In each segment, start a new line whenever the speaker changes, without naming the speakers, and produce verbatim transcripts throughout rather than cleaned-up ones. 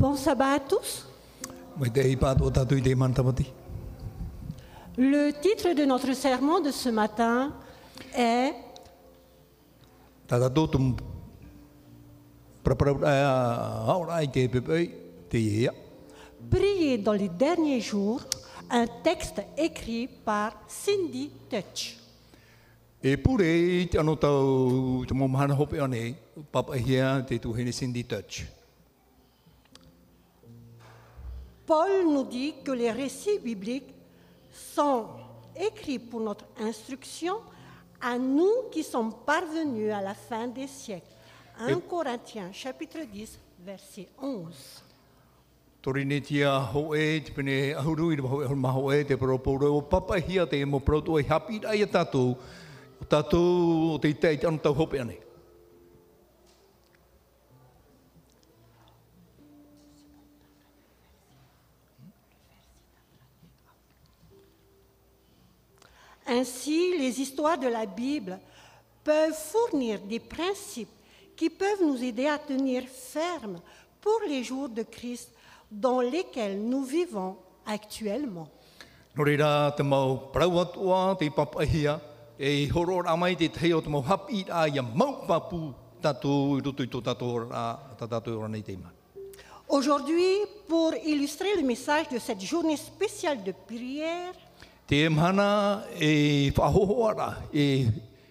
Bon sabbat à tous.
Mai te ipat o tātou I te mantamati.
Le titre de notre sermon de ce matin est
Tātou tum praparau haora I te pepei te ia.
Prier dans les derniers jours, un texte écrit par Cindy Touch.
E pure I te ano tau te momahana hope ane, papahia te tuhene Cindy Touch.
Paul nous dit que les récits bibliques sont écrits pour notre instruction à nous qui sommes parvenus à la fin des siècles. premier Corinthiens chapitre dix, verset onze.
Torine tia hoe te pene ahuru I ho maho e te proporo o papahia te mo proto e hapi ai tātou o tātou o te te ano tau hope ane.
Ainsi, les histoires de la Bible peuvent fournir des principes qui peuvent nous aider à tenir ferme pour les jours de Christ dans lesquels nous vivons actuellement.
No reira te mau parau atua te papahia e horo amai te te o te mau hapi a ia mau papu tātou I roto I tō tātou a tātou ora nei te ima.
Aujourd'hui, pour illustrer le message de cette journée spéciale de prière,
Te mhana e whahohoara, e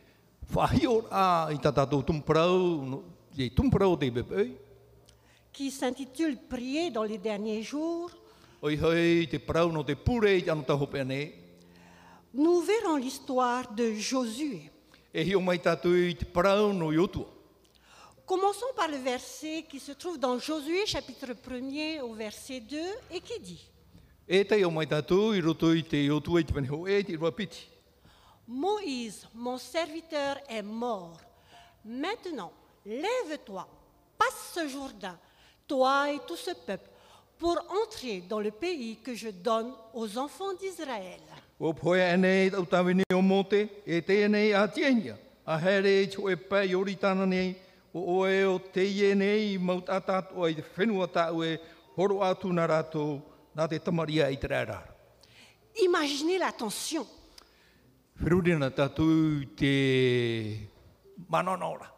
whahiora I tā tātou tumparau, e tumparau te bepei.
qui s'intitule Prier dans les derniers jours,
Oi hoi te parau no te pure I te anu tahope ane,
nous verrons l'histoire de Josué.
e hio mai tātou I te parau no iotua.
Commençons par le verset qui se trouve dans Josué chapitre premier au verset deux et qui dit:
E te o mai tātou I roto I te iotua I te whanho e te ruapiti.
Moïse, mon serviteur, est mort. Maintenant, lève-toi, passe ce Jourdain, toi et tout ce peuple, pour entrer dans le pays que je donne aux enfants d'Israël.
O poe ane tau tawini o mote, e te ane a tienia. A here cho e pai oritana nei, o oe o te ie nei maut atatu ai te whenua tau e horo atu na rātou, nā te tamaria I te rērā.
Imaginez la tension.
Whirurina tātou te manonora.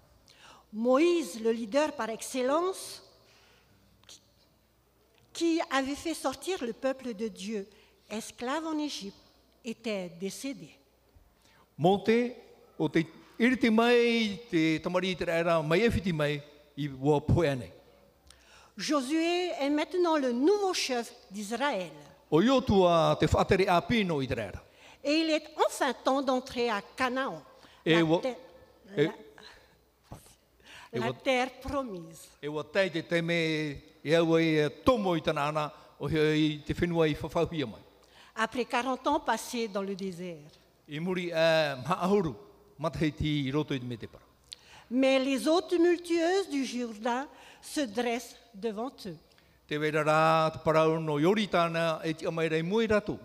Moïse, le leader par excellence, qui- qui avait fait sortir le peuple de Dieu, esclave en Égypte, était décédé.
Mote, o te iriti mai, te tamaria I te rērā, mai e whiti mai, I wā poe ane.
Josué est maintenant le nouveau chef d'Israël.
O iotua te whaatere a pino I te rērā.
Et il est enfin temps d'entrer à Canaan,
Et
la,
wa-
terre-
et-
la-
et
la
wa-
terre promise.
E wa tei te te me e au e tomo I tana ana o he I te whenua I whawhauhia mai.
Après quarante ans passés dans le désert.
I muri e maahuru, matahiti I roto I te me te para.
Mais les eaux tumultueuses du Jourdain se dressent devant eux.
Te wera rā, te parau no Yoritana e ti amai rei mui ratu.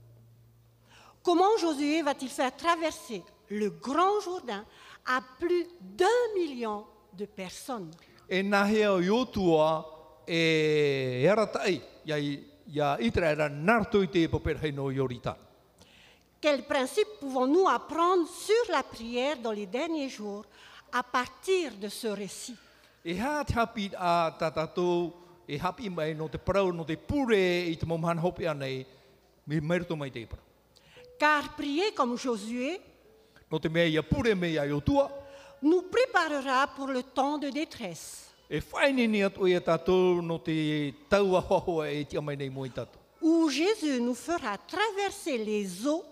Comment Josué va-t-il faire traverser le grand Jourdain à plus d'un million de personnes?
E nahea o Iotua e haratai, ia, ia Israela narto I te popera hei no Yoritana.
Quels principes pouvons-nous apprendre sur la prière dans les derniers jours à partir de ce récit?
E hā te hapi a tātātou, e hapi mai no te parau no te pure I te momahana hopi anei, mi merito mai te para.
Car prier comme Josué
No te mea ia pure me ia Iotua,
nous préparera pour le temps de détresse,
e whainini atu e tātou no te taua hohoa e ti amai nei moi tātou.
où Jésus nous fera traverser les eaux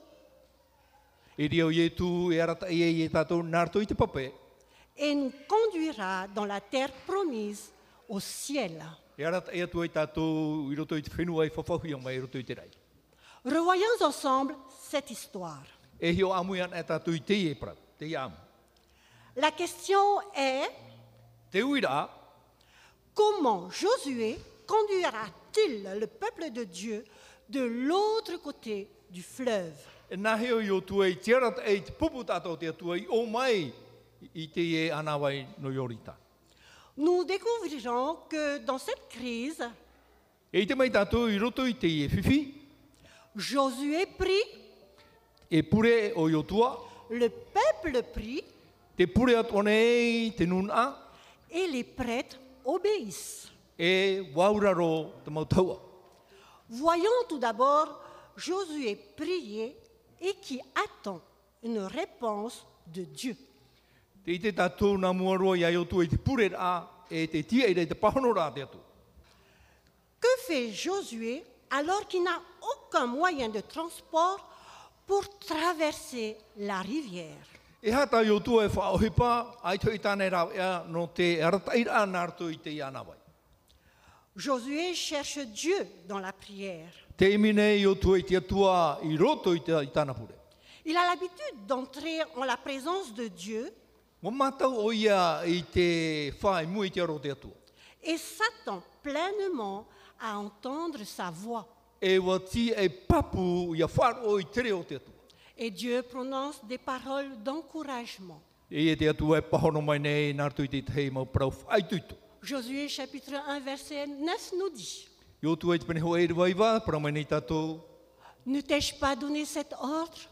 E rio i e tū e arata e e tātou nārto I te pape,
et nous conduira dans la terre promise au ciel.
e arata e atu e tātou I roto I te whenua e whawhauhia mai I roto I te rai.
Revoyons ensemble cette histoire.
E hio amuian e tātou I te e pra, te i amu.
La question est:
Te uira,
comment Josué conduira-t-il le peuple de Dieu de l'autre côté du fleuve?
e naheo I o tu e te arata e te pupu tātou te atua I o mai I te e anawai no Yorita.
nous découvrirons que dans cette crise,
E i te mai tātou i roto i te i e whiwhi,
Josué prie,
e pure o i o tua,
le peuple prie
te pure atua nei te nun a,
et les prêtres obéissent.
e wauraro te mautaua.
Voyons tout d'abord Josué prier et qui attend une réponse de Dieu.
Te i te tātou nā muaroa i ai o tua i te pure a, e te tia i rei te pahono rā te atu.
Que fait Josué alors qu'il n'a aucun moyen de transport pour traverser la rivière?
E hata i o tua e whaohipa, ai toi tāne rau ea no te arataira nārtu i te ianawai.
Josué cherche Dieu dans la prière.
Te imine i o tua i te atua i roto i, te, i tāna pure.
Il a l'habitude d'entrer en la présence de Dieu
Mo mātau o ia i te whae mui te aro te atua.
et s'attend pleinement à entendre sa voix.
E wati e papu ia wharo i tere o te atua.
Et Dieu prononce des paroles d'encouragement.
E e te atua e pahono mai nei nārtu i te tei mau prau whaituitu.
Josué chapitre un verset neuf nous dit:
I o tua i te pene ho e rewaiwa, prau mai nei tātou.
Ne t'ai-je pas donné cet ordre?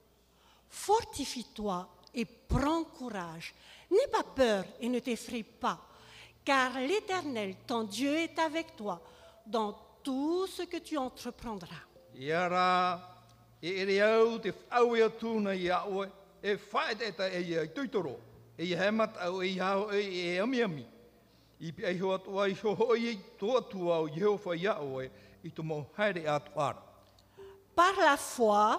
Fortifie-toi et prends courage. N'aie pas peur et ne t'effraie pas, car l'Éternel, ton Dieu, est avec toi dans tout ce que tu entreprendras.
Ia rā, e ere au te whau e atūna i a oe, e whae te ta e ia i tuitoro, e ia hemat au e iau e e ami ami. I pi ai hoa toa i hoho i toa tua o Jehova i a oe, i to mau haere atu ara.
Par la foi,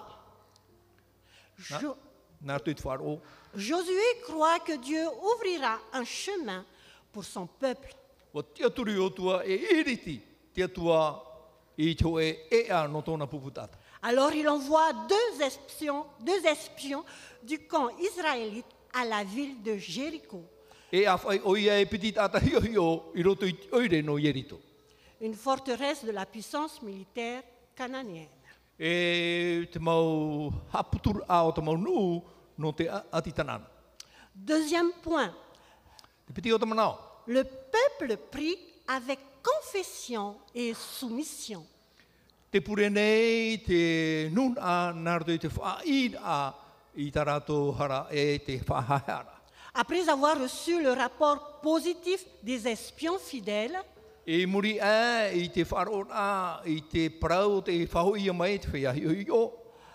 Jo-
Nā tui te wharo,
Josué croit que Dieu ouvrira un chemin pour son peuple.
o tia turi o tua e iriti, tia tua i to e e a no tōna puputata.
Alors il envoie deux espions, deux espions du camp israélite à la ville de Jéricho.
E a whai o ia e piti tata hio hio i roto i oire no Jerito.
Une forteresse de la puissance militaire cananéenne.
E te mau haputur a o te mau nuu no te a- atitanana.
Deuxième point,
Te piti o te manao.
le peuple prie avec confession et soumission.
Te pure nei te nun a nardo i te whaid a i tā rātou hara e te whahahara.
Après avoir reçu le rapport positif des espions fidèles,
E muri a i te wharo a i te parau te whahui a mai te whaiahi o.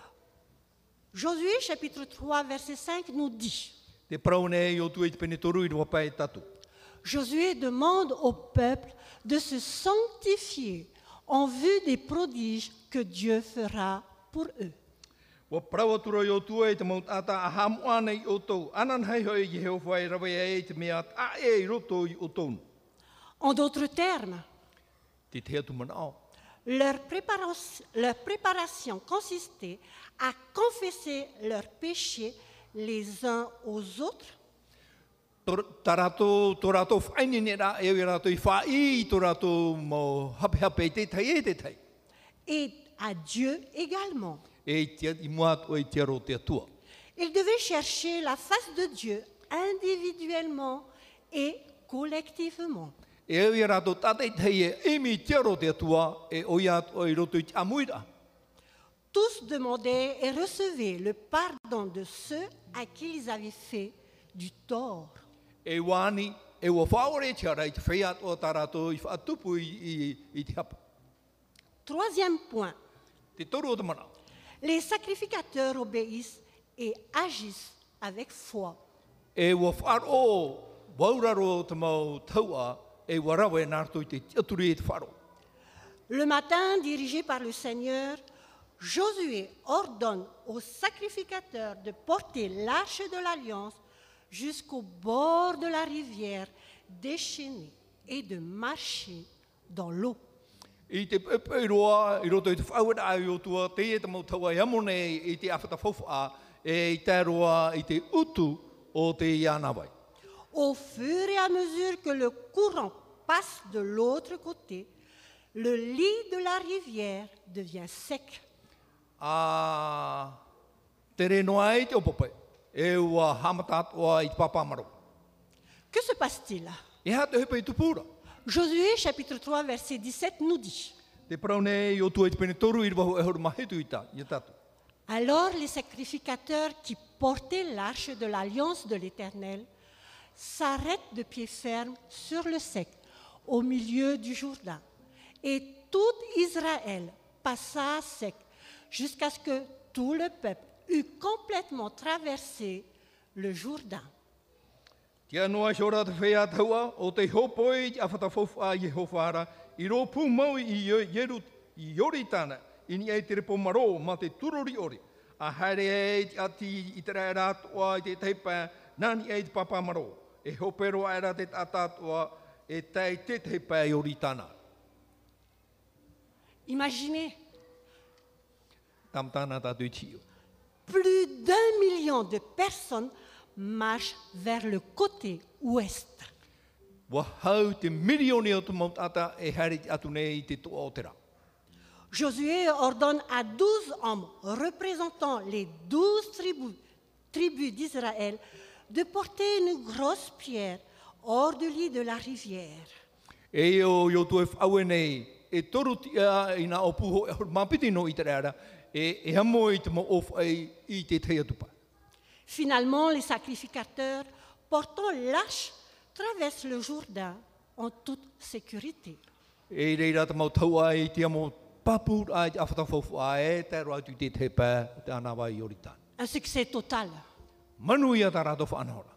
Josué chapitre trois verset cinq nous dit:
Te parau nei o tu e te pene toru i rua pai tatu.
Josué demande au peuple de se sanctifier en vue des prodiges que Dieu fera pour eux.
Wa parau atura i o tu e te maut ata a hamu ana i o tau. Anan hei hoi i Jehova e rawa e te mea a e i roto i o tonu.
En d'autres termes,
Te te atu manao.
leur préparation, leur préparation consistait à confesser leurs péchés les uns aux autres
Tā rātou, tō rātou whainene rā, e oi rātou i whai, tō rātou mo hape hape e te tai e te tai.
et à Dieu également.
E i tia i mua o i tia ro te atua.
Ils devaient chercher la face de Dieu individuellement et collectivement.
E oi rātou tātai tai e imi tia ro te atua, e oi atu o i roto i te amuira.
Tous demandaient et recevaient le pardon de ceux à qui ils avaient fait du tort.
E wāni, e ua whaore tia rei te whai atu o tā rātou i whaatupu i, i, i te hapa.
Troisième point,
Te toru o te mana.
les sacrificateurs obéissent et agissent avec foi.
E ua wharo, wauraro te mau taua, e warawe nārtu i te aturi e te wharo.
Le matin, dirigé par le Seigneur, Josué ordonne aux sacrificateurs de porter l'arche de l'alliance jusqu'au bord de la rivière déchaînée et de marcher dans l'eau.
I te pepe roa, i roto i te whauera ai o tua, te e te mautaua i amone i te awhata whawha, e i te roa i te utu o te ianawai.
Au fur et à mesure que le courant passe de l'autre côté, le lit de la rivière devient sec.
A te renoa i te opopai, e ua hamatat oa i te papamaro.
Que se passe-t-il?
E ha te hepe i tupura.
Josué chapitre trois verset dix-sept nous dit:
Te parau nei i o tua i te pene toru i wahu e horu mahitu i ta, i tatu.
Alors les sacrificateurs qui portaient l'arche de l'alliance de l'Éternel s'arrêtent de pied ferme sur le sec, au milieu du Jourdain. Et tout Israël passa à sec, jusqu'à ce que tout le peuple eût complètement traversé le Jourdain.
Tia noa shora te whea taua o te hopoi a whatafofa i hofara i ro pū mau i Yeru i Yoritana i ni ei te repo maro ma te turori ori. A haere e ati i te rai rātua i te teipa nani ei te papa maro. E hopero aera te tātātua e tei te teipa i Yoritana.
Imaginez,
Tamtana tātou i tio.
plus d'un million de personnes marchent vers le côté ouest.
Wa hau te milioni o te mautata e haere atu nei i te toa o te rā.
Josué ordonne à douze hommes représentant les douze tribus, tribus d'Israël de porter une grosse pierre hors du lit de la rivière.
E o yo tu e whaue nei, e toru tia i nga o puho e hor mapiti no i te reara, e, e hamo i te mo of ai i te teia tupa.
Finalement, les sacrificateurs portant l'arche traversent le Jourdain en toute sécurité.
E reira te mau tau ai te amo papu ai te awhatafofu ai, te roa tu te te pā, te anawa i Yoritana.
Un succès total.
Manu ia ta rato whanahora.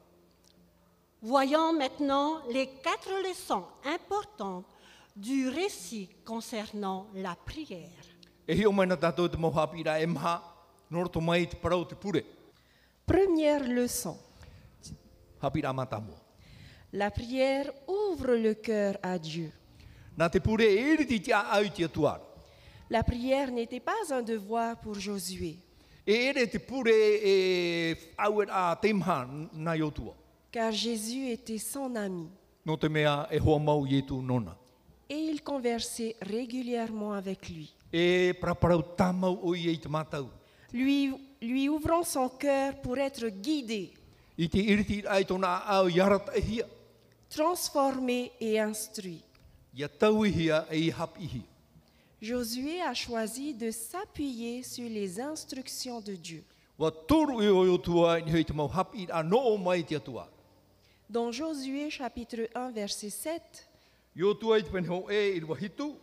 Voyons maintenant les quatre leçons importantes du récit concernant la prière.
E hio mai na tātou te mohapira e maha, noroto mai te parau te pure,
Première leçon.
hapira matamoa.
La prière ouvre le cœur à Dieu.
Nā te pure e iriti tia au tia tuara.
La prière n'était pas un devoir pour Josué,
E ere te pure e auer a teimha na yotua.
car Jésus était son ami
No te mea e hoa mau i etu nona.
et il conversait régulièrement avec lui,
E praparau tamau o i e te matau.
lui, lui ouvrant son cœur pour être guidé,
I te iriti ai tona au yarata e hia.
transformé et instruit.
Ia tau i hia e i hap i hia.
Josué a choisi de s'appuyer sur les instructions de Dieu.
Wa toru e o yotua ni hei te mau hap i a no o mai te atua.
Dans Josué chapitre un verset sept,
Yotua i te penho e i rua hitu,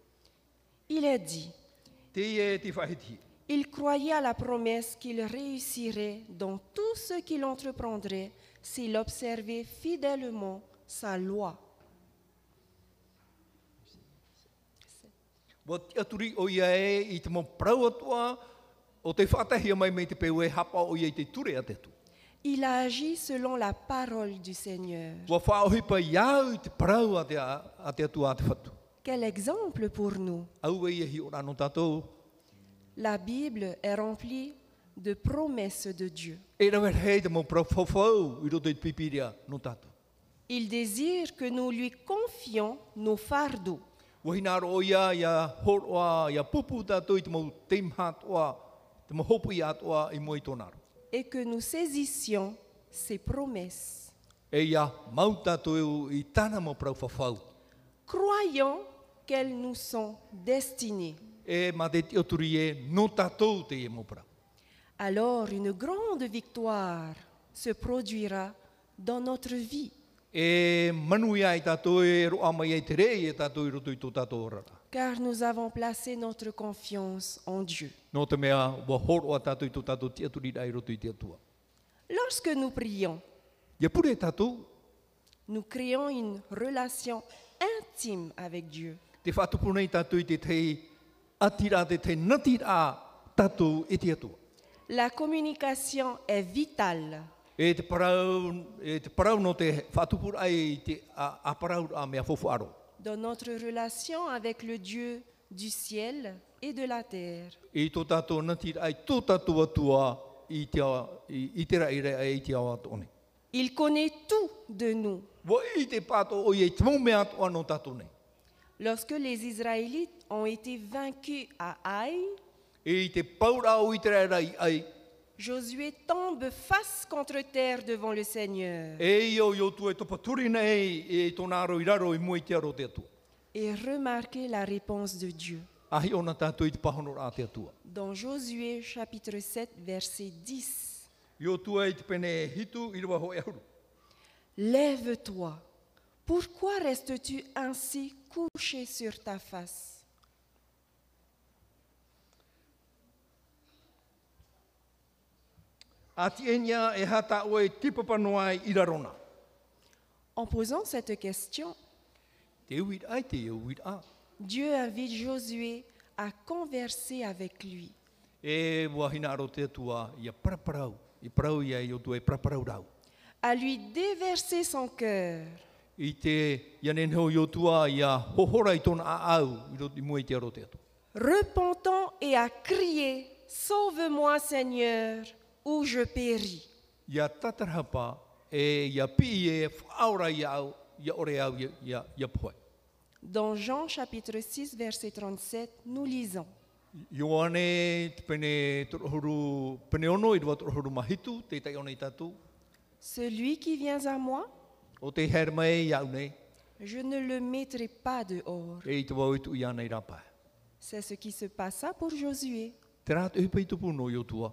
il est dit:
te e te whahiti.
il croyait à la promesse qu'il réussirait dans tout ce qu'il entreprendrait s'il observait fidèlement sa loi.
Wa te aturi o ia e i te mau prau atua, o te whatahia mai me te peu e hapa o ia i te ture a te tu.
Il a agi selon la parole du Seigneur.
Wa whaohipa iau i te prau a te, a te atua a te whatu.
Quel exemple pour nous!
Au e hi o rano tātou.
La Bible est remplie de promesses de Dieu.
E rawer hei te mau prau whawhau i roto i te pipiria no tātou.
Il désire que nous lui confions nos fardeaux.
Wahina ro ia, ia horoa, ia pupu tātou i te mau teimha toa, te mau hopu i atoa i mo i tōnaro.
Et que nous saisissions ses promesses.
E ia mau tātou i tāna mau prau whawhau.
Croyons qu'elles nous sont destinées.
E ma te tioturi e no tātou te e mau prau.
Alors une grande victoire se produira dans notre vie,
E manu ia i tātou e roa mai e te rei e tātou i roto i tō tātou orara.
car nous avons placé notre confiance en Dieu.
No te mea wa horoa tātou i tō tātou tiaturi rai roto i te atua.
Lorsque nous prions,
Ia pure tātou,
nous créons une relation intime avec Dieu.
te whatupunei tātou i te tei atira te te natira tātou e te atua.
La communication est vitale.
E te parau, e te parau no te whatupur ai i te a, a parau a mea fofu aro.
Dans notre relation avec le Dieu du ciel et de la terre.
E tō tātou natira ai tō tātou atua i te, i, i te raire ai i te awa tōne.
Il connaît tout de nous.
Wa i te pāto o i e te mau mea toa no tātou nei.
Lorsque les Israélites ont été vaincus à Haï,
E i te paura o i te raire ai ai,
Josué tombe face contre terre devant le Seigneur
E io io tu e topa turi nei e tōna aro i raro i mui te aro te atua.
et remarquez la réponse de Dieu.
Ahi ona tātou i te pahono rā te atua.
Dans Josué chapitre sept, verset dix.
Io tua i te pene hitu i rua ho e huru.
Lève-toi. Pourquoi restes-tu ainsi couché sur ta face?
Ati enya e hata oe tipapa noai i rarona.
En posant cette question,
Te uit ai te uit a.
Dieu invite Josué à converser avec lui.
E wahina aro te atua i a paraparau. I parau ia i o tu e paraparau rau.
À lui déverser son cœur.
I te ianen heo i o tua i a hohora i tōna a au i ro i mui te aro te atua.
Repentant et à crier, sauve-moi Seigneur, ou je péris.
Ia tatarhapa e ia pi e whaora i au, ia ore au, ia, ia, ia poe.
Dans Jean chapitre six, verset trente-sept, nous lisons.
Ioane te pene torohuru, pene ono i rua torohuru mahitu, te tai ona i tatu.
Celui qui vient à moi,
O te hermai i au nei,
je ne le mettrai pas dehors.
e i te wau i tu i ana i rapa.
C'est ce qui se passa pour Josué.
Te rāt e hupa i tupu no i o tua.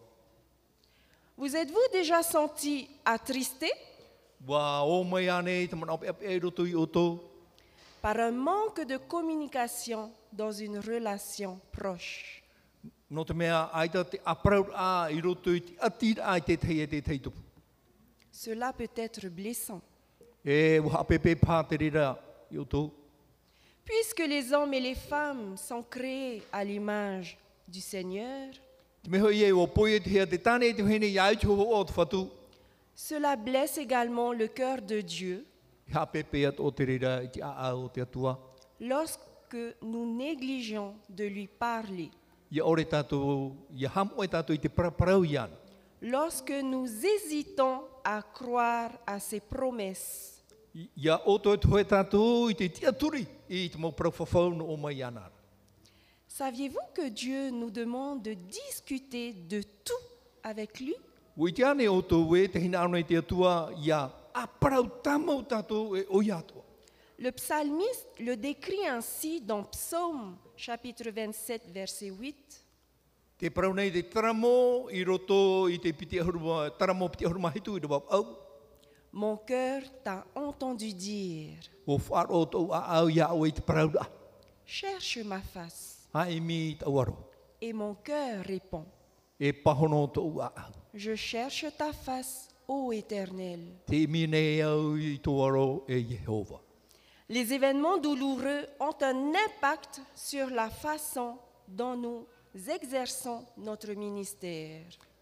Vous êtes-vous déjà senti attristé
Wa o mai ane, te mana ope ape e roto i o tō.
par un manque de communication dans une relation proche?
No te mea aita te aparaur a i roto i te atir ai te tei e te tei tupu.
Cela peut être blessant.
E waha pepe pā te rira i o tō.
Puisque les hommes et les femmes sont créés à l'image du Seigneur,
Te meho i e o poi e te hea te tane e te hene i aitu ho o te whatu.
cela blesse également le cœur de Dieu
Ha pepe at o te rira i te a o te atua.
lorsque nous négligeons de lui parler,
Ia ore tātou, ia hamo e tātou i te paraparau i ana.
lorsque nous hésitons à croire à ses promesses,
I- Ia oto e toe tātou i te tia turi i te mau parau whawhau no o mai ana.
Saviez-vous que Dieu nous demande de discuter de tout avec lui?
Ui te ane o tō e te hina ana i te atua ia a parau tamau tātou e o iatua.
Le psalmiste le décrit ainsi dans Psaume chapitre vingt-sept, verset huit.
Te parau nei te taramo i roto i te piti ahuruma, taramo piti ahuruma hitu i te wap au.
Mon cœur t'a entendu dire,
O whaaro tō a au ia o i te parau da.
cherche ma face.
Ai mi i tau aro.
Et mon cœur répond,
E pahono tō a au.
je cherche ta face, ô Éternel.
Te mi nei au i tō aro e Jehova.
Les événements douloureux ont un impact sur la façon dont nous exerçons notre ministère.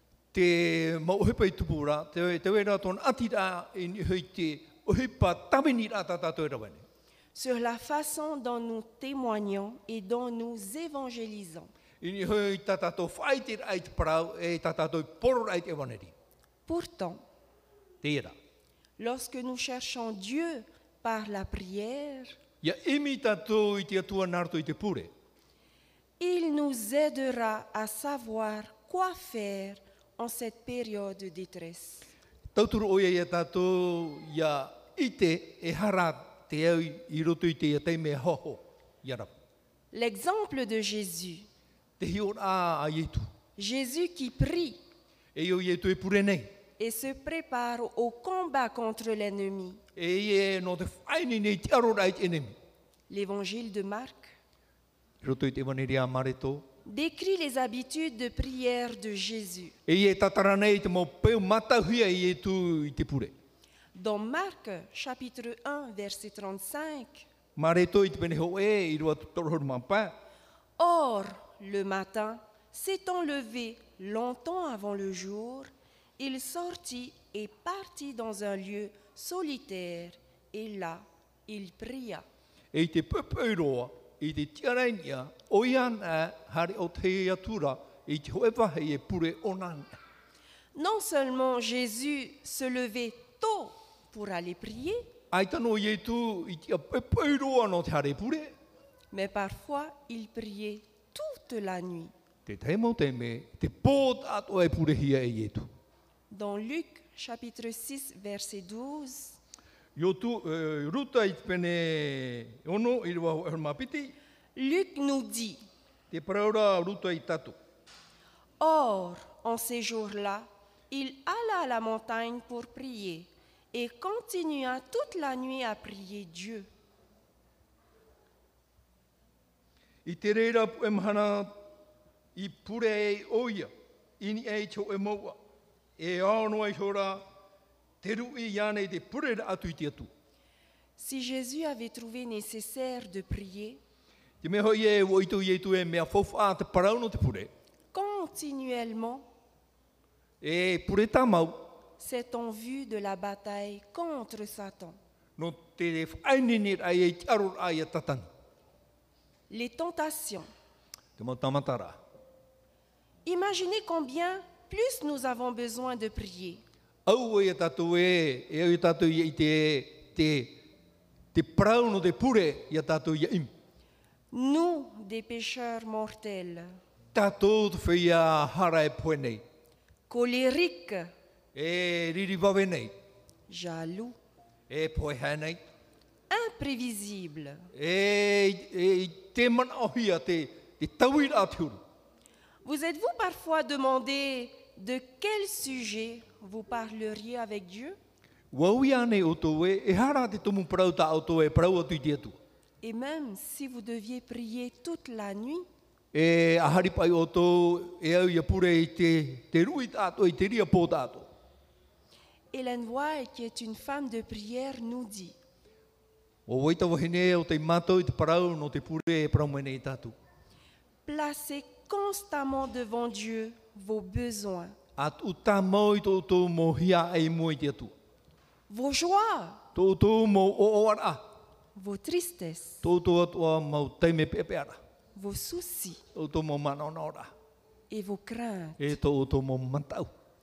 Te mauhipa i tupura, te, te wera tōna atira i ni hui te uhipa tawini rā tātātou e rawane.
Sur la façon dont nous témoignons et dont nous évangélisons.
I ni hui tātātou whaiti rā i te parau e tātātou poro rā i te waneri.
Pourtant,
Te ira.
lorsque nous cherchons Dieu par la prière,
Ia imi tātou i te atua narto i te pure.
il nous aidera à savoir quoi faire en cette période de détresse.
Tauturu oia ia tātou ia ite e hara te au i roto i te ia teime hoho. Ia rapu.
L'exemple de Jésus,
Te hior a a ietu.
Jésus qui prie
E io ietu e pure nei.
et se prépare au combat contre l'ennemi.
E ie no te whaini nei te aro rā i te enemi.
L'évangile de Marc
I roto i te waneri a mareto.
décrit les habitudes de prière de Jésus.
E ie tatara nei te mau peu matauhia i ietu i te pure.
Dans Marc chapitre un, verset trente-cinq,
Mareto i te pene ho e i rua torohoro mapa.
or, le matin, s'étant levé longtemps avant le jour, il sortit et partit dans un lieu solitaire, et là, il pria.
E i te pepeuroa, i te tiarainia, o iana hari o te atura, i te hoewahe e pure onan.
Non seulement Jésus se levait tôt pour aller prier,
Ai tano i tu i te pepeuroa no te hare pure.
mais parfois il priait toute la nuit.
Te te mo te me, te pōt ato e purehia e ietu.
Dans Luc chapitre six verset douze,
Yo tu uh, ruta i pene ono i rua hermapiti,
Luc nous dit:
te praura ruta i tatu.
Or, en ces jours-là, il alla à la montagne pour prier et continua toute la nuit à prier Dieu.
I te reira pu e mahana i pure e oia, ini e cho e maua, e aono ai hora, te rui iane te pure atu i te atu.
Si Jésus avait trouvé nécessaire de prier
Te me hoi e o itu i etu e mea fofa te parauno te pure,
continuellement,
e pure tā mau,
c'est en vue de la bataille contre Satan.
no te whainini ai e te aror ai a tatani.
Les tentations.
Te mau tamatara.
Imaginez combien plus nous avons besoin de prier.
Au e tatu e, e au e tatu i te, te, te parauno te pure i a tatu i a im.
Nous, des pécheurs mortels,
Tatu te whia hara e poe nei,
colériques,
e riri wawe nei,
jaloux,
e poe hae nei,
imprévisibles,
e, e te mana ohia te, te tauira a te uru.
vous êtes-vous parfois demandé de quel sujet vous parleriez avec Dieu?
Waui ane o tō e, e hara te tumu parau ta o tō e parau atu i te atu.
Et même si vous deviez prier toute la nuit,
E ahari pai o tō e au ia pure i te, te rui tātou i te ria pō tātou.
Hélène White, qui est une femme de prière, nous dit:
O waita wahine o te mātou i te parau no te pure e parau mene i tātou.
placez constamment devant Dieu vos besoins,
At u tā mau i tō tō mō hia ei mo i te atu.
vos joies,
Tō tō mō o o ara.
vos tristesses,
Tō tō atua mau teime pepe ara.
vos soucis
Tō tō mō mana ona ora.
et vos craintes.
E tō tō mō mantau.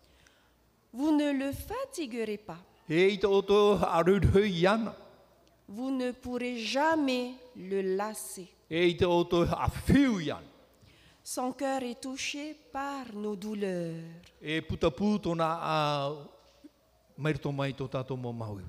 Vous ne le fatiguerez pas.
E i tō tō arurhui i ana.
Vous ne pourrez jamais le lasser.
E i tō tō awhiu i ana.
Son cœur est touché par nos douleurs.
E putapu tōna a mairito mai tō tātou mō maui.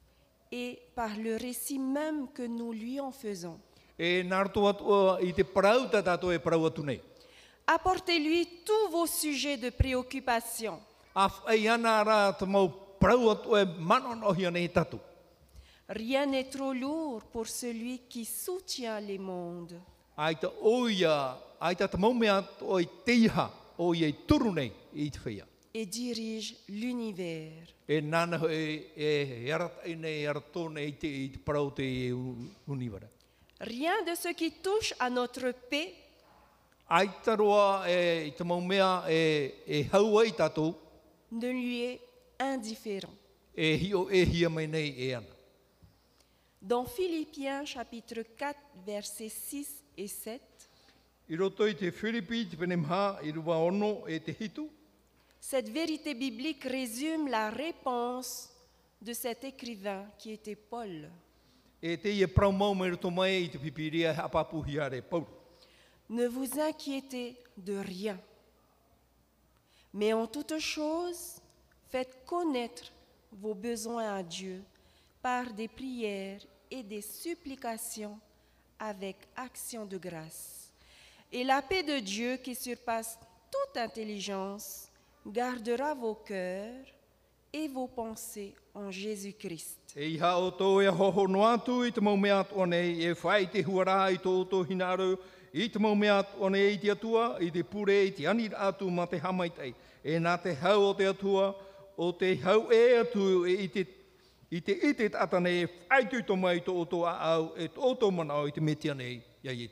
Et par le récit même que nous lui en faisons.
E nārto atua i te parau tā tātou e parau atu nei.
Apportez-lui tous vos sujets de préoccupation.
A whai ana rā te mau parau atu e manonohia nei tātou.
Rien n'est trop lourd pour celui qui soutient les mondes.
Ai ta oia, ai ta te mau mea o i teiha, o i e turu nei i te whia.
Et dirige l'univers.
E nana e, e arat e nei aratone i te, i te parau te e univara.
Rien de ce qui touche à notre paix
Ai ta roa e i te mau mea e, e haua i tātou,
ne lui est indifférent.
e hio e hia mai nei e ana.
Dans Philippiens chapitre quatre versets six et sept,
I roto i te Whiripi, te penemha, i rua ono e te hitu,
cette vérité biblique résume la réponse de cet écrivain qui était Paul.
e te i e prau mau mai roto mai i te pipiria he apapu hiare Paul.
Ne vous inquiétez de rien, mais en toute chose, faites connaître vos besoins à Dieu par des prières et des supplications avec action de grâce. Et la paix de Dieu qui surpasse toute intelligence gardera vos cœurs et vos pensées en Jésus-Christ.
E iha o tō e hohono atu i te mau mea atu nei, e whai te huara i tō tō hinaru, i te mau mea atu nei i te atua, i te pure i te ani atu ma te hamaitei. E nā te hau o te atua, o te hau e atu e i te I te ite tata nei, whai tui tō mai tō tō au, e tō tō mana o i te metia nei, ia ietu.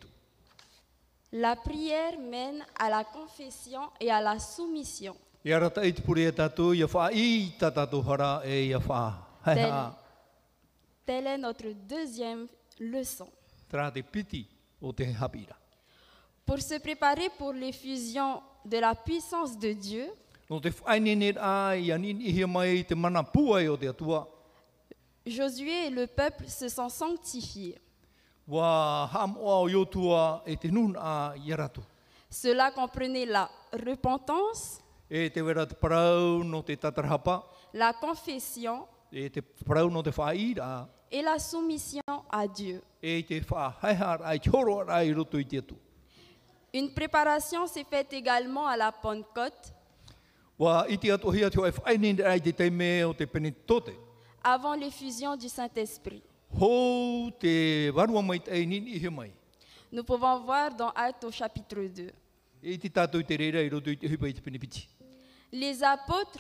La prière mène à la confession et à la soumission.
I arata i te pure e tātou, ia wha i tā tātou hara e ia wha. Hei
Telle,
ha,
telle est notre deuxième leçon.
tra te piti o te hapira.
Pour se préparer pour l'effusion de la puissance de Dieu,
No te whainene a i anini hia mai i te mana puai o te atua,
Josué et le peuple se sont sanctifiés.
wa ham o au yotua e te nun a i aratu.
Cela comprenait la repentance,
E te wera te parau no te tatarahapa,
la confession
e te parau no te whaira,
et la soumission à Dieu.
e te whahaihar ai choro ai roto i te atu.
Une préparation s'est faite également à la Pentecôte,
Wa iti atu hia te oe whaini ai te teime o te penitote.
avant l'effusion du Saint-Esprit.
Ho te warua mai te nini he mai.
Nous pouvons voir dans Actes au chapitre deux.
E te tātou te reira i roto i te hupa i te penipiti.
Les apôtres,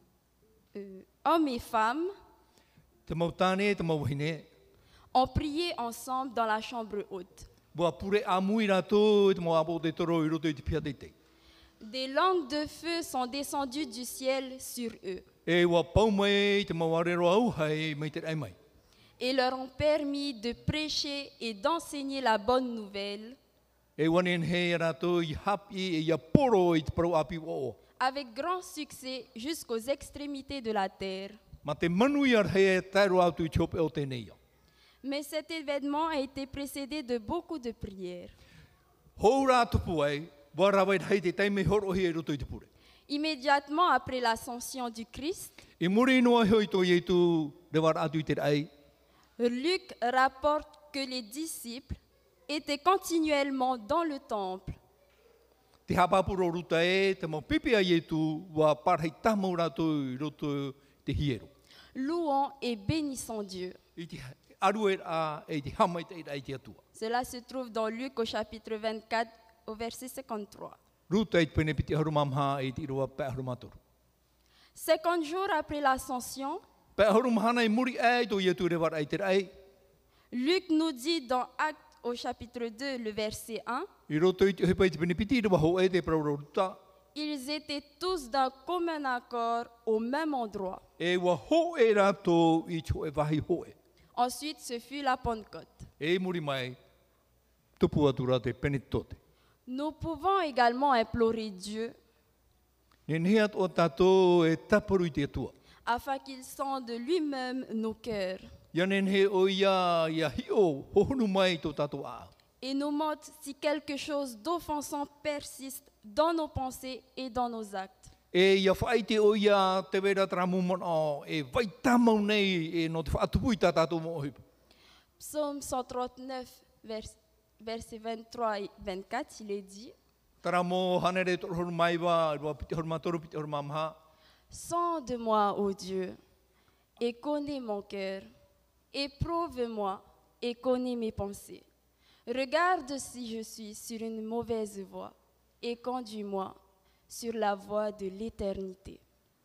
euh, hommes et femmes,
Te mautane, te mauhine,
ont prié ensemble dans la chambre haute.
Wa pure amui rato, te mau apo te toro i roto i te pia te te.
Des langues de feu sont descendues du ciel sur eux
E wa pau mai, te mau arero au hai, mai te ai mai.
et leur ont permis de prêcher et d'enseigner la bonne nouvelle
E wanen he rato i hapi e ia poro i te parau api o.
avec grand succès jusqu'aux extrémités de la terre.
Ma te manu i ar he tairo autu i chope o te neia.
Mais cet événement a été précédé de beaucoup de prières.
Hou rā tupu ai, wa rawai hei te teime horo hi e roto i te pure.
Immédiatement après l'ascension du Christ,
I muri noa hoi to i tu rewar atu i te ai,
Luc rapporte que les disciples étaient continuellement dans le temple,
te hapapuro ruta e, te mau pipi ai e tu, wa parhei tamau rato i roto te hiero.
louant et bénissant Dieu.
I te aru e a, e te hamai te ai te atua.
Cela se trouve dans Luc au chapitre vingt-quatre, au verset cinquante-trois.
Ruta i te pene piti harumamha e te iroa pe harumatoru.
cinquante jours après l'ascension,
Pe harumahana i muri ai to i tu rewar ai te ai,
Luc nous dit dans Actes au chapitre deux, le verset un,
i roto i te hepa i te pene piti rewa ho e te prauro ruta,
ils étaient tous d'un commun accord au même endroit.
e wa ho e rato i cho e wahi ho e.
Ensuite, ce fut la Pentecôte.
E muri mai, tupu atura te penitote.
Nous pouvons également implorer Dieu
Nen heat o tato e taparu i te atua.
afin qu'il sonde lui-même nos cœurs
Ia nen he o ia, ia hi o, hohonu mai to tato a.
et nous montre si quelque chose d'offensant persiste dans nos pensées et dans nos actes.
E ia whai te o ia te wera tramumon o, e vai tamau nei e no te whaatupu i ta tato mo hipu.
Psaume cent trente-neuf, vers- versets vingt-trois et vingt-quatre, il est dit:
Tara mo hanere to horu mai wa, rua piti horu matoru, piti horu mamha.
Sonde-moi, ô Dieu, et connais mon cœur. Éprouve-moi et connais mes pensées. Regarde si je suis sur une mauvaise voie et conduis-moi sur la voie de l'éternité.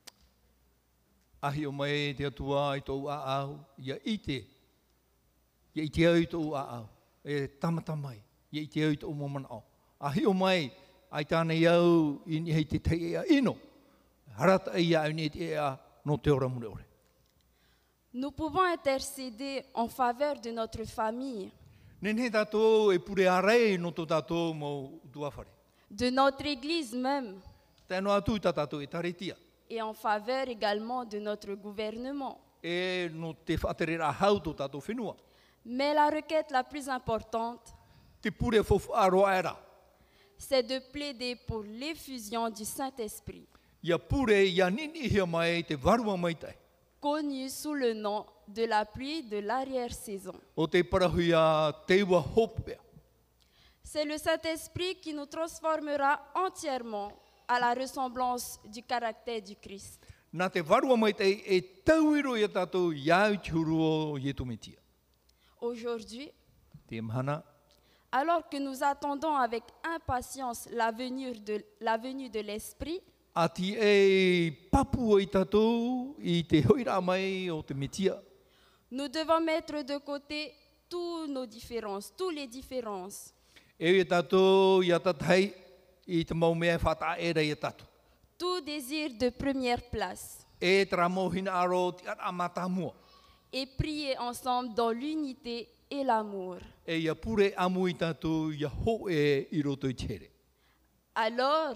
Ahi o mai te atua i tō a au, ia ite. Ia ite au i tō a au. E tamata mai, ia ite au i tō momana au. Ahi o mai, ai tāne iau i ni hei te tei ea ino. Harata ia au ni te ea no te ora mure ore.
Nous pouvons intercéder en faveur de notre famille,
Nen he tātou e pure arei no tō tātou mo duawhare.
de notre Église même,
Tēno atu i tā tātou e taretia.
et en faveur également de notre gouvernement.
E no te whaaterera hau tō tātou whenua.
Mais la requête la plus importante,
Te pure fofu aroa era.
c'est de plaider pour l'effusion du Saint-Esprit,
Ia pure ia nini hia mai te varua mai tai.
connu sous le nom de la pluie de l'arrière-saison.
O te parahuia teua hopea.
C'est le Saint-Esprit qui nous transformera entièrement à la ressemblance du caractère du Christ.
Nā te varua mai tai e tauiro ia tātou iau tiuruo i e tumetia.
Aujourd'hui,
Te mhana,
alors que nous attendons avec impatience la venue de, la venue de l'Esprit,
ati e papu i tātou i te hoira mai o te metia.
nous devons mettre de côté toutes nos différences, toutes les différences,
E i tātou i a tatai i te mau mea whata era i a tātou.
tout désir de première place,
E tera mohina aro ti at amata mua.
et prier ensemble dans l'unité et l'amour.
E ia pure amu i tātou ia ho e i roto i tere.
Alors,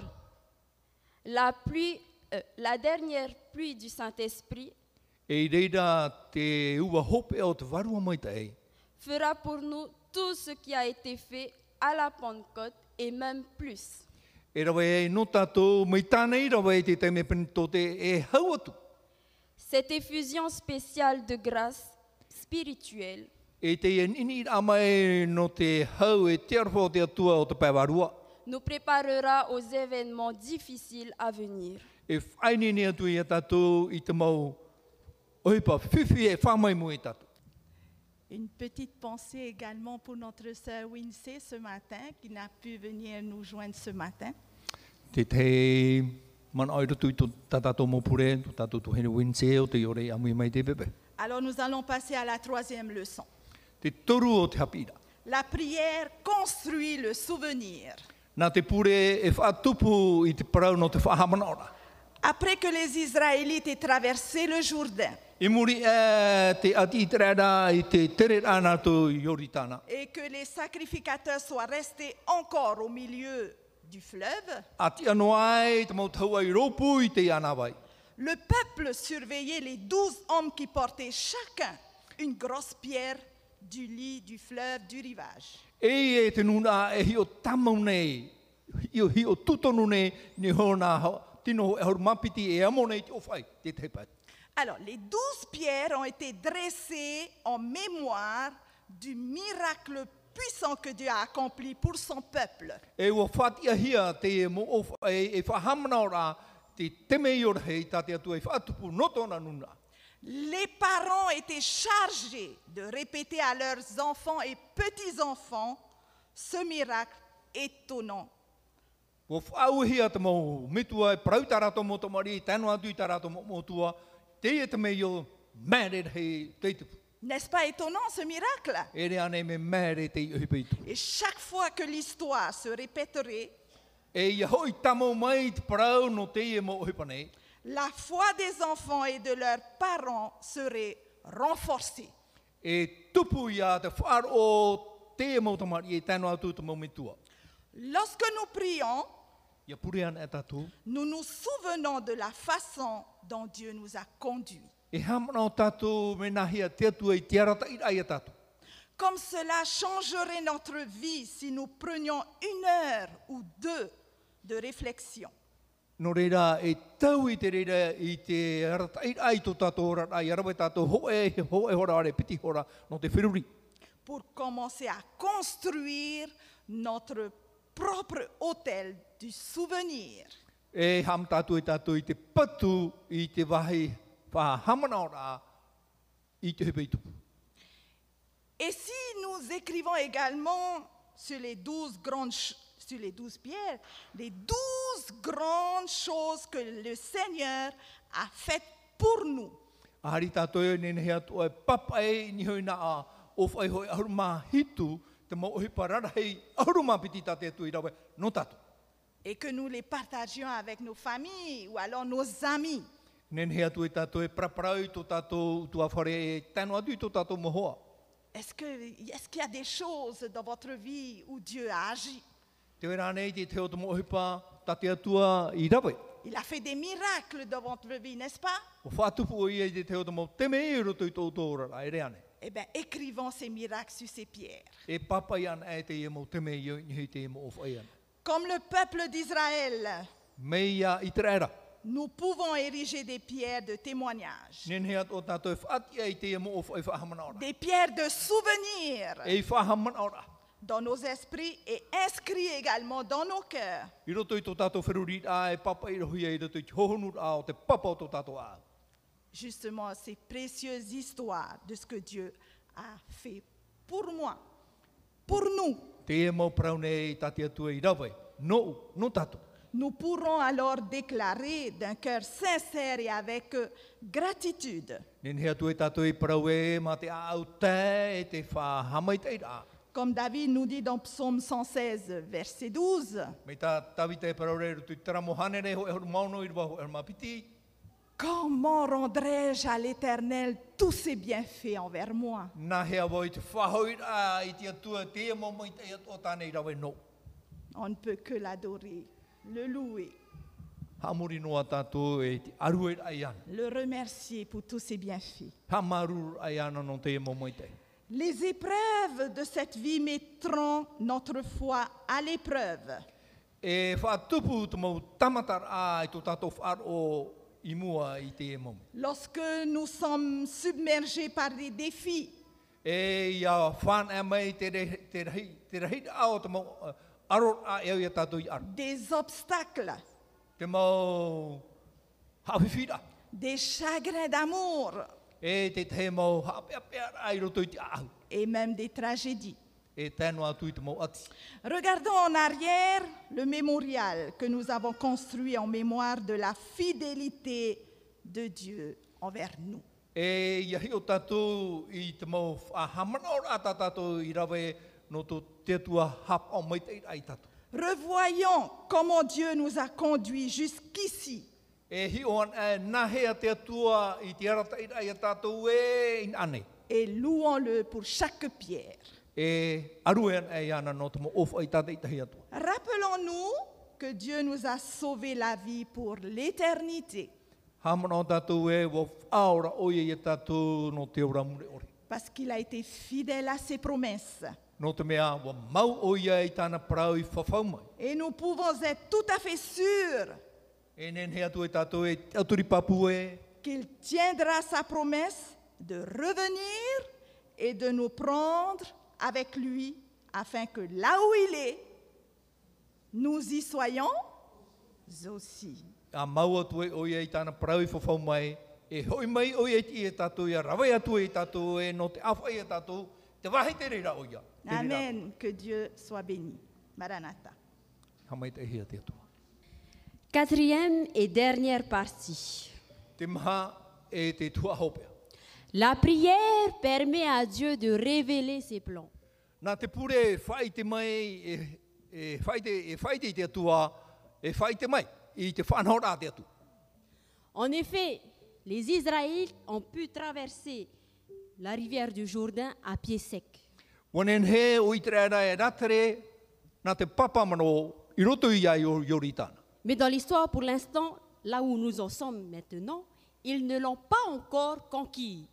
la pluie, euh, la dernière pluie du Saint-Esprit
E i reira te ua hope o te varua mai tai.
fera pour nous tout ce qui a été fait à la Pentecôte et même plus.
E rawa e no tātou mai tānei rawa e te te me pentote e hau atu.
Cette effusion spéciale de grâce spirituelle
E te e nini ama e no te hau e te arwha o te atua o te paiwarua.
nous préparera aux événements difficiles à venir.
E whainini atu i a tātou i te mau oipa whiwhi e whamai mo e tātou.
Une petite pensée également pour notre sœur Winsey ce matin, qui n'a pu venir nous joindre ce matin.
Te te man ai rotu i tō tātou mo pure, tō tātou tu hene Winsey o te ore amui mai te pepe.
Alors nous allons passer à la troisième leçon.
Te toru o te hapira.
La prière construit le souvenir.
Nā te pure e whaatupu i te parau no te whahamana ora.
Après que les Israélites aient traversé le Jourdain
I muri e te ati i te rara i te tere rana tō Yoritana.
et que les sacrificateurs soient restés encore au milieu du fleuve,
Ati anō ai te mau tau ai ropu i te ana wai.
le peuple surveillait les douze hommes qui portaient chacun une grosse pierre du lit du fleuve du rivage.
E e te nuna e hio tamau nei, hio hio tutonu nei, ni hona tino e hor mapiti e amo nei te ofai, te te pai.
Alors, les douze pierres ont été dressées en mémoire du miracle puissant que Dieu a accompli pour son peuple.
E ua whatia hia te mo ofai e whahamana ora te teme i ora hei tate atu e whaatupu notona nuna.
Les parents étaient chargés de répéter à leurs enfants et petits-enfants ce miracle étonnant.
Ua whaauhia te mau mitua e parau tarato mo te mari, tano atu i tarato mo motua, te e te mei o mēre hei teitupu.
N'est-ce pas étonnant ce miracle?
E rea nei me mēre te i uhipeitu.
Et chaque fois que l'histoire se répéterait,
E ia hoi tamo mai te parau no te e mo uhipanei.
la foi des enfants et de leurs parents serait renforcée.
E tupu ia te whaaro te e mo te mari e tano atu te mau mitua.
Lorsque nous prions,
Ia pure ana e tātou.
nous nous souvenons de la façon dont Dieu nous a conduits.
E hamana o tātou me nahia te atua i te arata i rai a tātou.
Comme cela changerait notre vie si nous prenions une heure ou deux de réflexion.
No reira e tau i te reira i te arata i rai tō tātou ora rai arawe tātou ho e ho e hora are piti hora no te whiruri.
Pour commencer à construire notre propre hôtel du souvenir.
E ham tātou i tātou i te patu i te wahi whahamana ora i te hepeitu.
Et si nous écrivons également sur les douze grandes ch- sur les douze pierres, les douze grandes choses que le Seigneur a faites pour nous.
Ahari tātou e nene hea tō e papa e ni hoi na a o whai hoi ahuruma hitu te mo ohi parara hei ahuruma piti tate atu i rawe no tātou.
Et que nous les partagions avec nos familles ou alors nos amis.
Nene hea tō e tātou e praparau i tō tātou tua whare e tano atu i tō tātou mohoa.
Est-ce que, est-ce qu'il y a des choses dans votre vie où Dieu a agi?
Te wera nei te teo te mo ohi pa tate atua i rawe.
Il a fait des miracles dans votre vie, n'est-ce pas?
O whaatupu o ia i te teo te mo te me e roto i tō tōra a e reane.
Eh bien, écrivons ces miracles sur ces pierres.
E papa i ana e te e mo te me i ni hei te e mo o whai ana.
Comme le peuple d'Israël,
Me ia i te reira.
nous pouvons ériger des pierres de témoignage,
Nene hea tō tātou e whaati e te e mo o whai whahamana ora.
des pierres de souvenir
E i whahamana ora.
dans nos esprits et inscrits également dans nos cœurs.
I roto i tō tātou whiruri a e papa i rohi e i roto i te hohonu a o te papa o tō tātou a.
Justement, ces précieuses histoires de ce que Dieu a fait pour moi, pour nous.
Te e mau praune i tati atua i rawe. No, no tātou.
Nous pourrons alors déclarer d'un cœur sincère et avec euh, gratitude,
Nene hea tu e tātou i parau e ma te au te e te whahamai te ira.
comme David nous dit dans Psaume cent seize, verset douze.
Me tā tawi te parau re roto i tara mohane re ho e horu mauno i rwa ho e mapiti.
Comment rendrai-je à l'Éternel tous ses bienfaits envers moi?
Nā hea woi te whahoi a i te atua te e mo mai te atua tāne i rawe no.
On ne peut que l'adorer, le louer,
Hamuri noa tātou e te aru e ai ana.
le remercier pour tous ses bienfaits.
Hamaru ai ana no te e mo mai te.
Les épreuves de cette vie mettront notre foi à l'épreuve.
E whaatupu te mau tamatar a i tō tātou whaar o i mua i te e momi.
Lorsque nous sommes submergés par des défis,
E ia whan e mai te rehi, te rehi, te rehi ao te mau uh, aro a eo ia tātou i aro.
des obstacles,
Te mau hawhiwhira.
des chagrins d'amour
E te te mau hapea ai roto i te ahu.
et même des tragédies.
E tēnu atu i te mau ati.
Regardons en arrière le mémorial que nous avons construit en mémoire de la fidélité de Dieu envers nous.
E ia hi o tātou i te mau ahamana o rata tātou i rawe no tō te tua hap o mai te ai tātou.
Revoyons comment Dieu nous a conduits jusqu'ici.
E hi o an e nahea te tua i te arata i ai tātou e in ane.
Et louons-le pour chaque pierre.
E aruean e ana no te mo of ai tātou i tahi atua.
Rappelons-nous que Dieu nous a sauvé la vie pour l'éternité,
Hamana o tātou e wo aora oia i tātou no te ora mure ori.
parce qu'il a été fidèle à ses promesses.
No te mea wa mau oia i tāna parau i whawhau mai.
Et nous pouvons être tout à fait sûrs
E nen he atu e tātou e aturi papu e
qu'il tiendra sa promesse de revenir et de nous prendre avec lui afin que là où il est, nous y soyons aussi.
a mau atu e oia i tāna parau i whawhau mai. E hoi mai oia i e tātou i a rawai atu e tātou e no te awhai e tātou te wahi te reira oia. Te reira.
Amen. Que Dieu soit béni. Maranatha.
Hamai te hia te atua.
Quatrième et dernière partie.
Te maha e te tua hopea.
La prière permet à Dieu de révéler ses plans.
Nā te pure e whai te mai, e, e, whai te, e whai te i te atua, e whai te mai, i te whanhora te atu.
En effet, les Israélites ont pu traverser la rivière du Jourdain à pied sec.
Wanen he o i te reira e ratere, nā te papamano i roto i ai o Yoritana.
Mais dans l'histoire, pour l'instant, là où nous en sommes maintenant, ils ne l'ont pas encore conquis.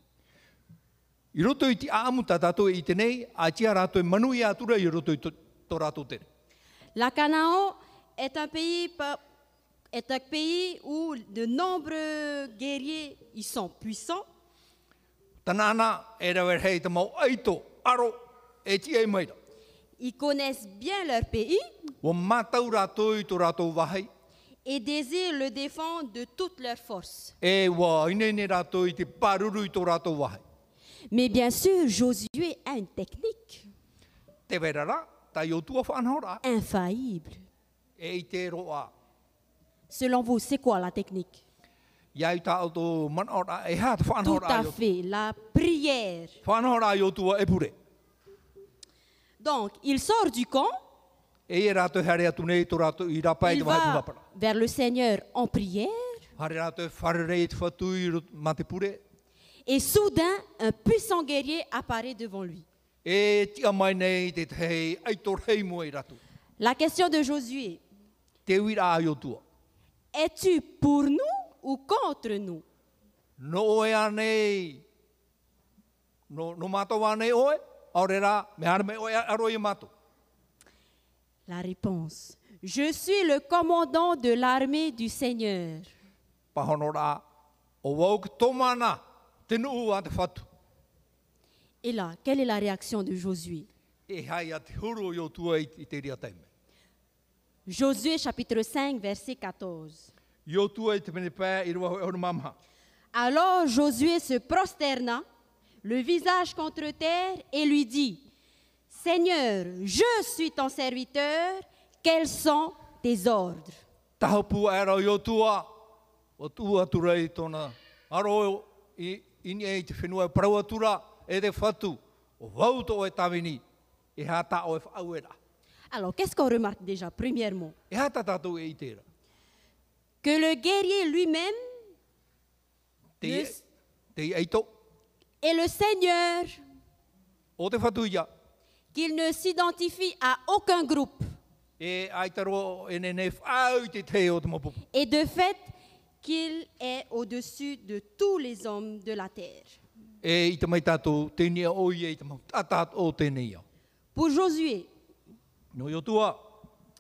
I roto i te aamuta tātou i tenei, a tia rātou e manu i atura i roto i tō tō rātou tere.
La Canaan est un pays, pa- est un pays où de nombreux guerriers y sont puissants.
Tana ana e rawer hei te mau aito, aro, e tia i maira.
Ils connaissent bien leur pays
Wa mātau rātou i tō rātou wahai,
et désirent le défendre de toutes leurs forces.
e wa inene rātou i te paruru i tō rātou wahai.
Mais bien sûr, Josué a une technique
Te werara, tai o tua whanhora,
infaillible.
e i te roa.
Selon vous, c'est quoi la technique?
Iai tā o tō manora, e hā te
Tout
whanhora
à
i o
fait, la prière.
whanhora i o tua e pure.
Donc, il sort du camp,
E e rātou hare atu nei tō rātou i rapa i
il
te wahai
va
puhapara.
vers le Seigneur en prière,
Hare rātou e wharere i te whatu i ro- mā te pure.
et soudain, un puissant guerrier apparaît devant lui.
E tia mai nei te hei aitor hei mua i ratu.
La question de Josué,
Te uira ai o tua.
es-tu pour nous ou contre nous?
No oe anei. No, no mātou anei oe. Aore rā, me hara me oe aro i mātou.
La réponse, je suis le commandant de l'armée du Seigneur.
Pahono rā, o wau ki tō mana, te nuu a te whatu.
Et là, quelle est la réaction de Josué?
E hai a te huru i o tua i, i te ria teime.
Josué chapitre cinq, verset quatorze.
I o tua i te mene pē i rua hoi mamaha.
Alors Josué se prosterna, le visage contre terre, et lui dit, Seigneur, je suis ton serviteur, quels sont tes ordres?
Tahopu ara i o tua, o tua tura i tōna aro i ini e te whenua parau atura e te whatu, o wau tō e tawini, e hata o e whauera.
Alors, qu'est-ce qu'on remarque déjà, premièrement?
E hata tātou e i tēra.
Que le guerrier lui-même
Te,
Le-
i- te i eito,
et le Seigneur,
o te whatu ia,
qu'il ne s'identifie à aucun groupe.
e aitaro e nene whau i te te o te mopupu.
Et de fait, qu'il est au-dessus de tous les hommes de la terre.
E i te mai tātou, tēnia o i e i te mau tātāt o tēnei au.
Pour Josué,
No i o tua,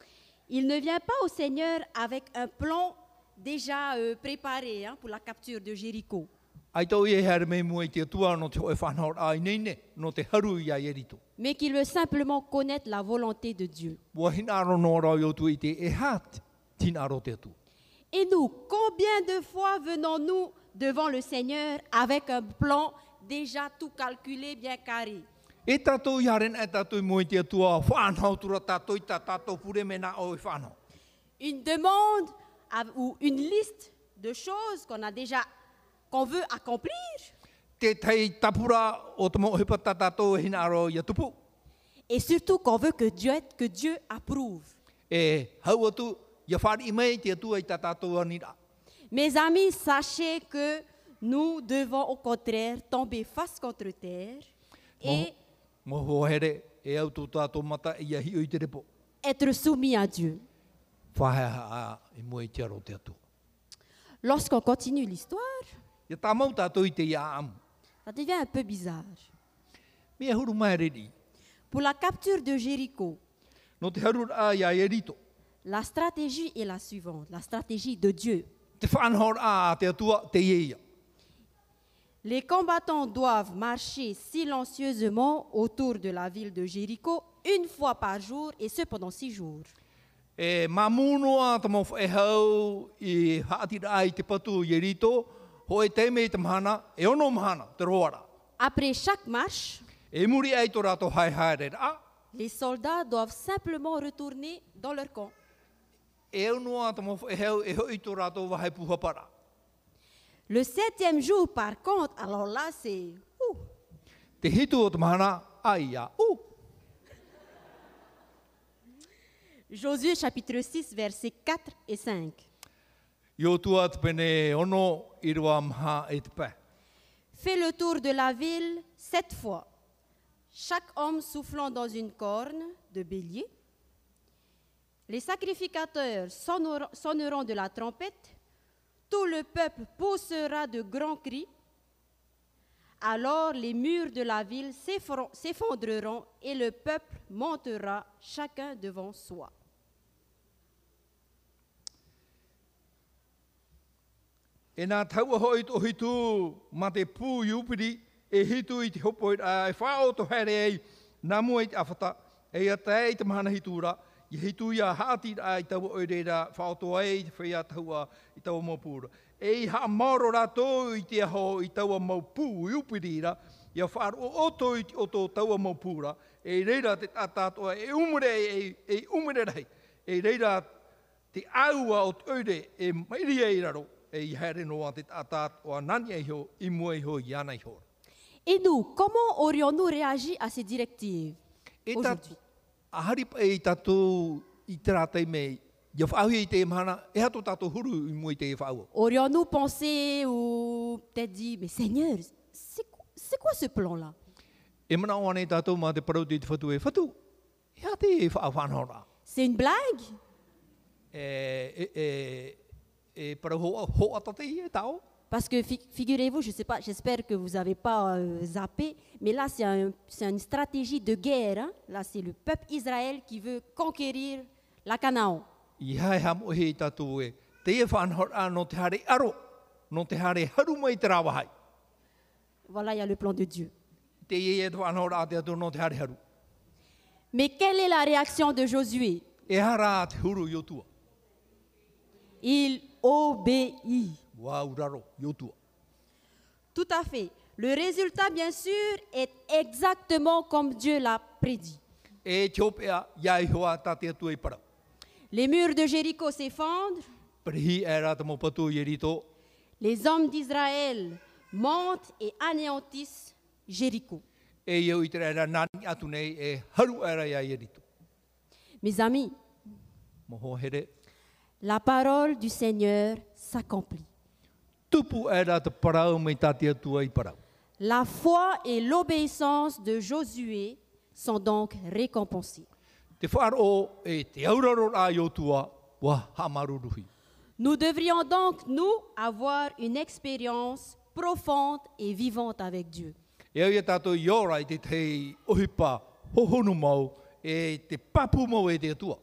Il ne vient pas au Seigneur avec un plan déjà euh, préparé hein, pour la capture de Jéricho.
Ai tau e here me mua i te tua no te oe whanau ai nei ne, no te haru i a erito.
Mais qu'il veut simplement connaître la volonté de Dieu.
Wa hinaro no rau i otu i te e hat, tinaro te tu.
Et nous, combien de fois venons-nous devant le Seigneur avec un plan déjà tout calculé, bien carré?
E tātou i haren e tātou i mua i te tua, whanau tura tātou i tā tātou pure me nā o i whanau.
Une demande à- ou une liste de choses qu'on a déjà, qu'on veut accomplir.
Te tei tapura o te mo hepa tā tātou e hinaro i a tupu.
Et surtout qu'on veut que Dieu, que Dieu approuve.
E hau atu, ia whari i mei te tua i tā tātou anira.
Mes amis, sachez que nous devons au contraire tomber face contre terre et
Mo ho here, e au tō tātou mata i a hiu i te repo.
être soumis à Dieu.
Whaheha a i mua i te aro te atu.
Lorsqu'on continue l'histoire,
Ia tā mau tātou i te ia amu.
ça devient un peu bizarre.
Mea huru mai reri.
Pour la capture de Jéricho,
No te haru a ia e rito.
la stratégie est la suivante, la stratégie de Dieu.
Te whanhor a te atua te ia.
Les combattants doivent marcher silencieusement autour de la ville de Jéricho une fois par jour et ce pendant six jours.
E mamunoa ta mo e hau i haatira ai te patu i rito, ho e te mei te mahana, e ono mahana, te roara.
Après chaque marche,
E muri ai tō rato hai hai re a,
les soldats doivent simplement retourner dans leur camp.
e unoa ta mo e hau e hoi tō rato wahai puhapara.
Le septième jour, par contre, alors là, c'est... ouh,
Te hitu o te mahana, ai a, u.
Josué chapitre six, versets quatre et cinq.
I o tua te pene ono i rua maha e te pē.
Fais le tour de la ville sept fois, chaque homme soufflant dans une corne de bélier. Les sacrificateurs sonneront sonneront de la trompette, tout le peuple poussera de grands cris. Alors les murs de la ville s'effro- s'effondreront et le peuple montera chacun devant soi.
E nā taua hoi tō hitu ma te pū i upiri e hitu i te hopo i a e whao to here ei nā mua i te awhata e a te i te mahana hitura i hitu i a hāti a i taua oi reira whao to ei te whea taua i taua mau pūra. E i ha mauro rātou i te aho i taua mau pū i upiri ra i a whaaru o oto i te oto taua mau pūra e reira te tātātoa e umere e, e umere rei e reira te aua o te oire e mairi e raro e i here noa te tātāt o anani e ho, i mua i ho, i ana i ho.
Et nous, comment aurions-nous réagi à ces directives
E tā,
aujourd'hui?
a haripa e i tātou i te rātai mei, ia whaahui i te mahana, e hato tātou huru i mua i te e whaua.
Aurions-nous pensé ou peut-être dit, mais Seigneur, c'est quoi, c'est quoi ce plan-là?
E mana o ane tātou mā te parau te te whatu e whatu, e hate e wha whanora.
C'est une blague?
E, e, e, e parau ho, ho atate i e tau.
Parce que fi- figurez-vous, je sais pas, j'espère que vous n'avez pas euh, zappé, mais là c'est un- c'est une stratégie de guerre. Hein. Là c'est le peuple Israël qui veut conquérir la Canaan.
I hae ham o he i tātou e, te e whanhora no te hare aro, no te hare haru mai te rawahai.
Voilà, il y a le plan de Dieu.
Te e e te whanhora a te atu no te hare haru.
Mais quelle est la réaction de Josué?
E hara te huru i o tua.
Il obéit.
Wa uraro, i o tua.
Tout à fait. Le résultat, bien sûr, est exactement comme Dieu l'a prédit.
E te opea, iai hoa tā te atu e para.
Les murs de Jéricho s'effondrent,
Perihi e rā te mo patu i e rito,
les hommes d'Israël montent et anéantissent Jéricho.
e iau i te rā nani atu nei e haru e rā i e rito.
Mes amis,
Moho here,
la parole du Seigneur s'accomplit.
tupu e rā te parau mai tā te atu i parau.
La foi et l'obéissance de Josué sont donc récompensées.
Te wharo e te auraro rā i o tua, wa hamaruruhi.
Nous devrions donc, nous, avoir une expérience profonde et vivante avec Dieu.
E au ia tātou i ora i te tei ohipa hohonu mau e te papu mau e te atua.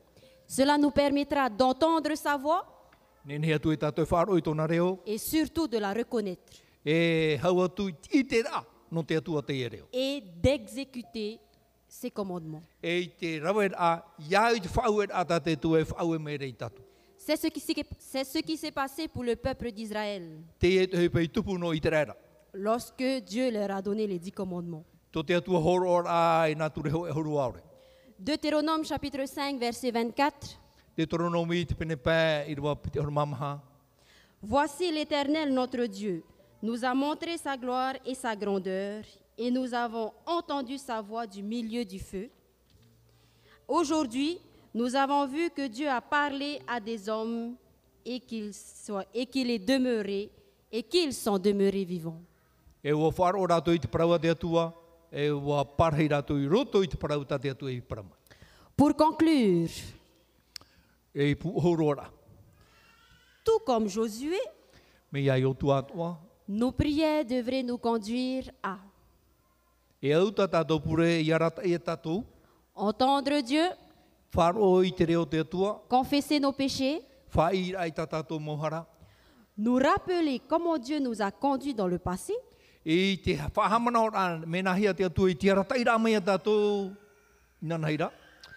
Cela nous permettra d'entendre sa voix
Nene atu e tātou whāro i tōna reo.
et surtout de la reconnaître
E hau atu i te rā no te atua te e reo.
et d'exécuter ses commandements.
E i te rawa e rā, ia i te whau e rā tā te tu e whau e me rei tatu.
C'est ce qui s'est- c'est ce qui s'est passé pour le peuple d'Israël
Te e te hei tupu no i te rera.
lorsque Dieu leur a donné les dix commandements.
Tō te atua horo o rā e nā ture ho e horu aore.
Deutéronome chapitre cinq, verset vingt-quatre.
Te toronomi te pene pē i rua pite horu mamaha.
Voici l'Éternel notre Dieu nous a montré sa gloire et sa grandeur, et nous avons entendu sa voix du milieu du feu. Aujourd'hui, nous avons vu que Dieu a parlé à des hommes et qu'il soit- et qu'il est demeuré et qu'ils sont demeurés vivants.
E ua whāro rātou i te paraua te atua, e ua parhei rātou i roto i te parau tā te atua i parama.
Pour conclure,
E i pu horo rā.
tout comme Josué,
Me iai o tua atua.
nos prières devraient nous conduire à
E au tā tātou pure i arata i e tātou.
entendre Dieu,
Whāro i te reo te atua.
confesser nos péchés,
Whai ai tā tātou mohara.
nous rappeler comment Dieu nous a conduits dans le passé,
I te whahamana o rā, me nahia te atua i te arata i rā mai a tātou. Ina nahi rā.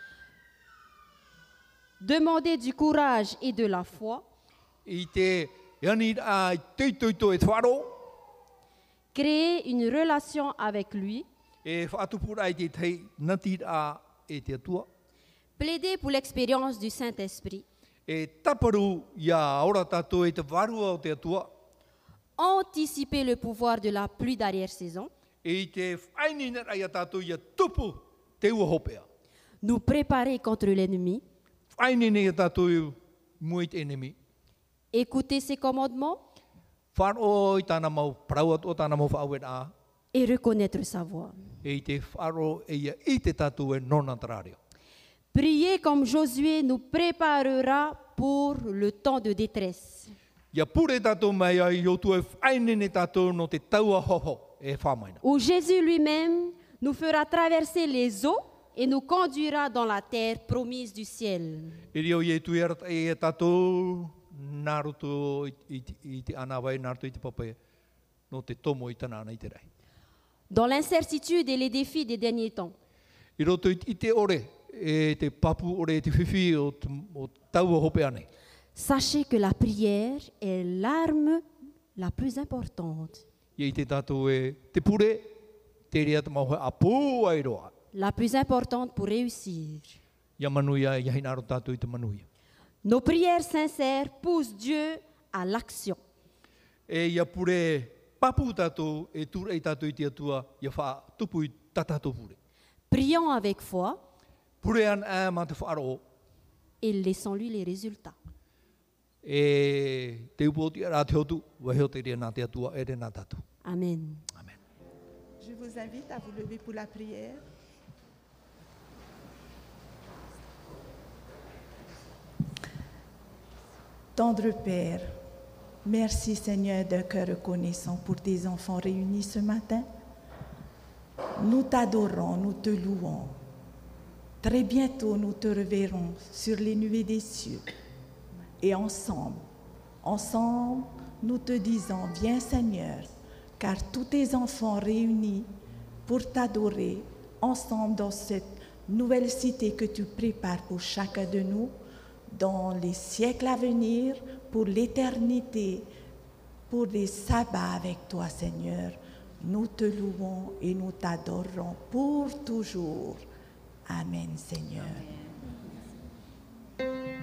demander du courage et de la foi,
I te iani rā i tei tui tui e te whāro.
créer une relation avec lui,
E whaatupura i te tei nati rā e te atua.
plaider pour l'expérience du Saint-Esprit,
E taparu ia ora tātou e te varua o te atua.
anticiper le pouvoir de la pluie d'arrière-saison,
E i te whainina rai a tātou ia tupu te ua hopea.
nous préparer contre l'ennemi,
Whainina i a tātou mui te enemi.
écouter ses commandements
Wharo i tāna mau praua o tāna mau whaue rā.
et reconnaître sa voix.
E i te wharo e ia i te tātou e nona tarareo.
Prier comme Josué nous préparera pour le temps de détresse.
Ia pure tātou mai ai i o tu e whainene tātou no te taua hoho e whamaina.
Où Jésus lui-même nous fera traverser les eaux et nous conduira dans la terre promise du ciel.
E rio i e tu e rata e e tātou naruto i, i, i te anawai, naruto i te papai no te tomo i tāna ana i te rai.
Dans l'incertitude et les défis des derniers temps,
I roto i, i te ore, e te papu ore e te whiwhi o, te- o taua hope ane.
sachez que la prière est l'arme la plus importante,
Ia i te tātou e te pure, te rea te mauhe a pō ai roa.
la plus importante pour réussir.
Ia manuia, ia hinaro tātou i te manuia.
Nos prières sincères poussent Dieu à l'action.
E ia pure papu tātou e tura i tātou i te atua, ia wha tupu i tā tātou pure.
Prions avec foi
Pure an ā ma te whaaro,
et laissons-lui les résultats.
e te upo te ara te hotu, waheo te rea nā te atua e re nā tātou.
Amen.
Amen.
Je vous invite à vous lever pour la prière. Tendre Père, merci Seigneur d'un cœur reconnaissant pour tes enfants réunis ce matin. Nous t'adorons, nous te louons. Très bientôt, nous te reverrons sur les nuées des cieux. Et ensemble, ensemble, nous te disons, viens Seigneur, car tous tes enfants réunis pour t'adorer ensemble dans cette nouvelle cité que tu prépares pour chacun de nous, dans les siècles à venir, pour l'éternité, pour les sabbats avec toi Seigneur. Nous te louons et nous t'adorons pour toujours. Amen Seigneur.
Amen.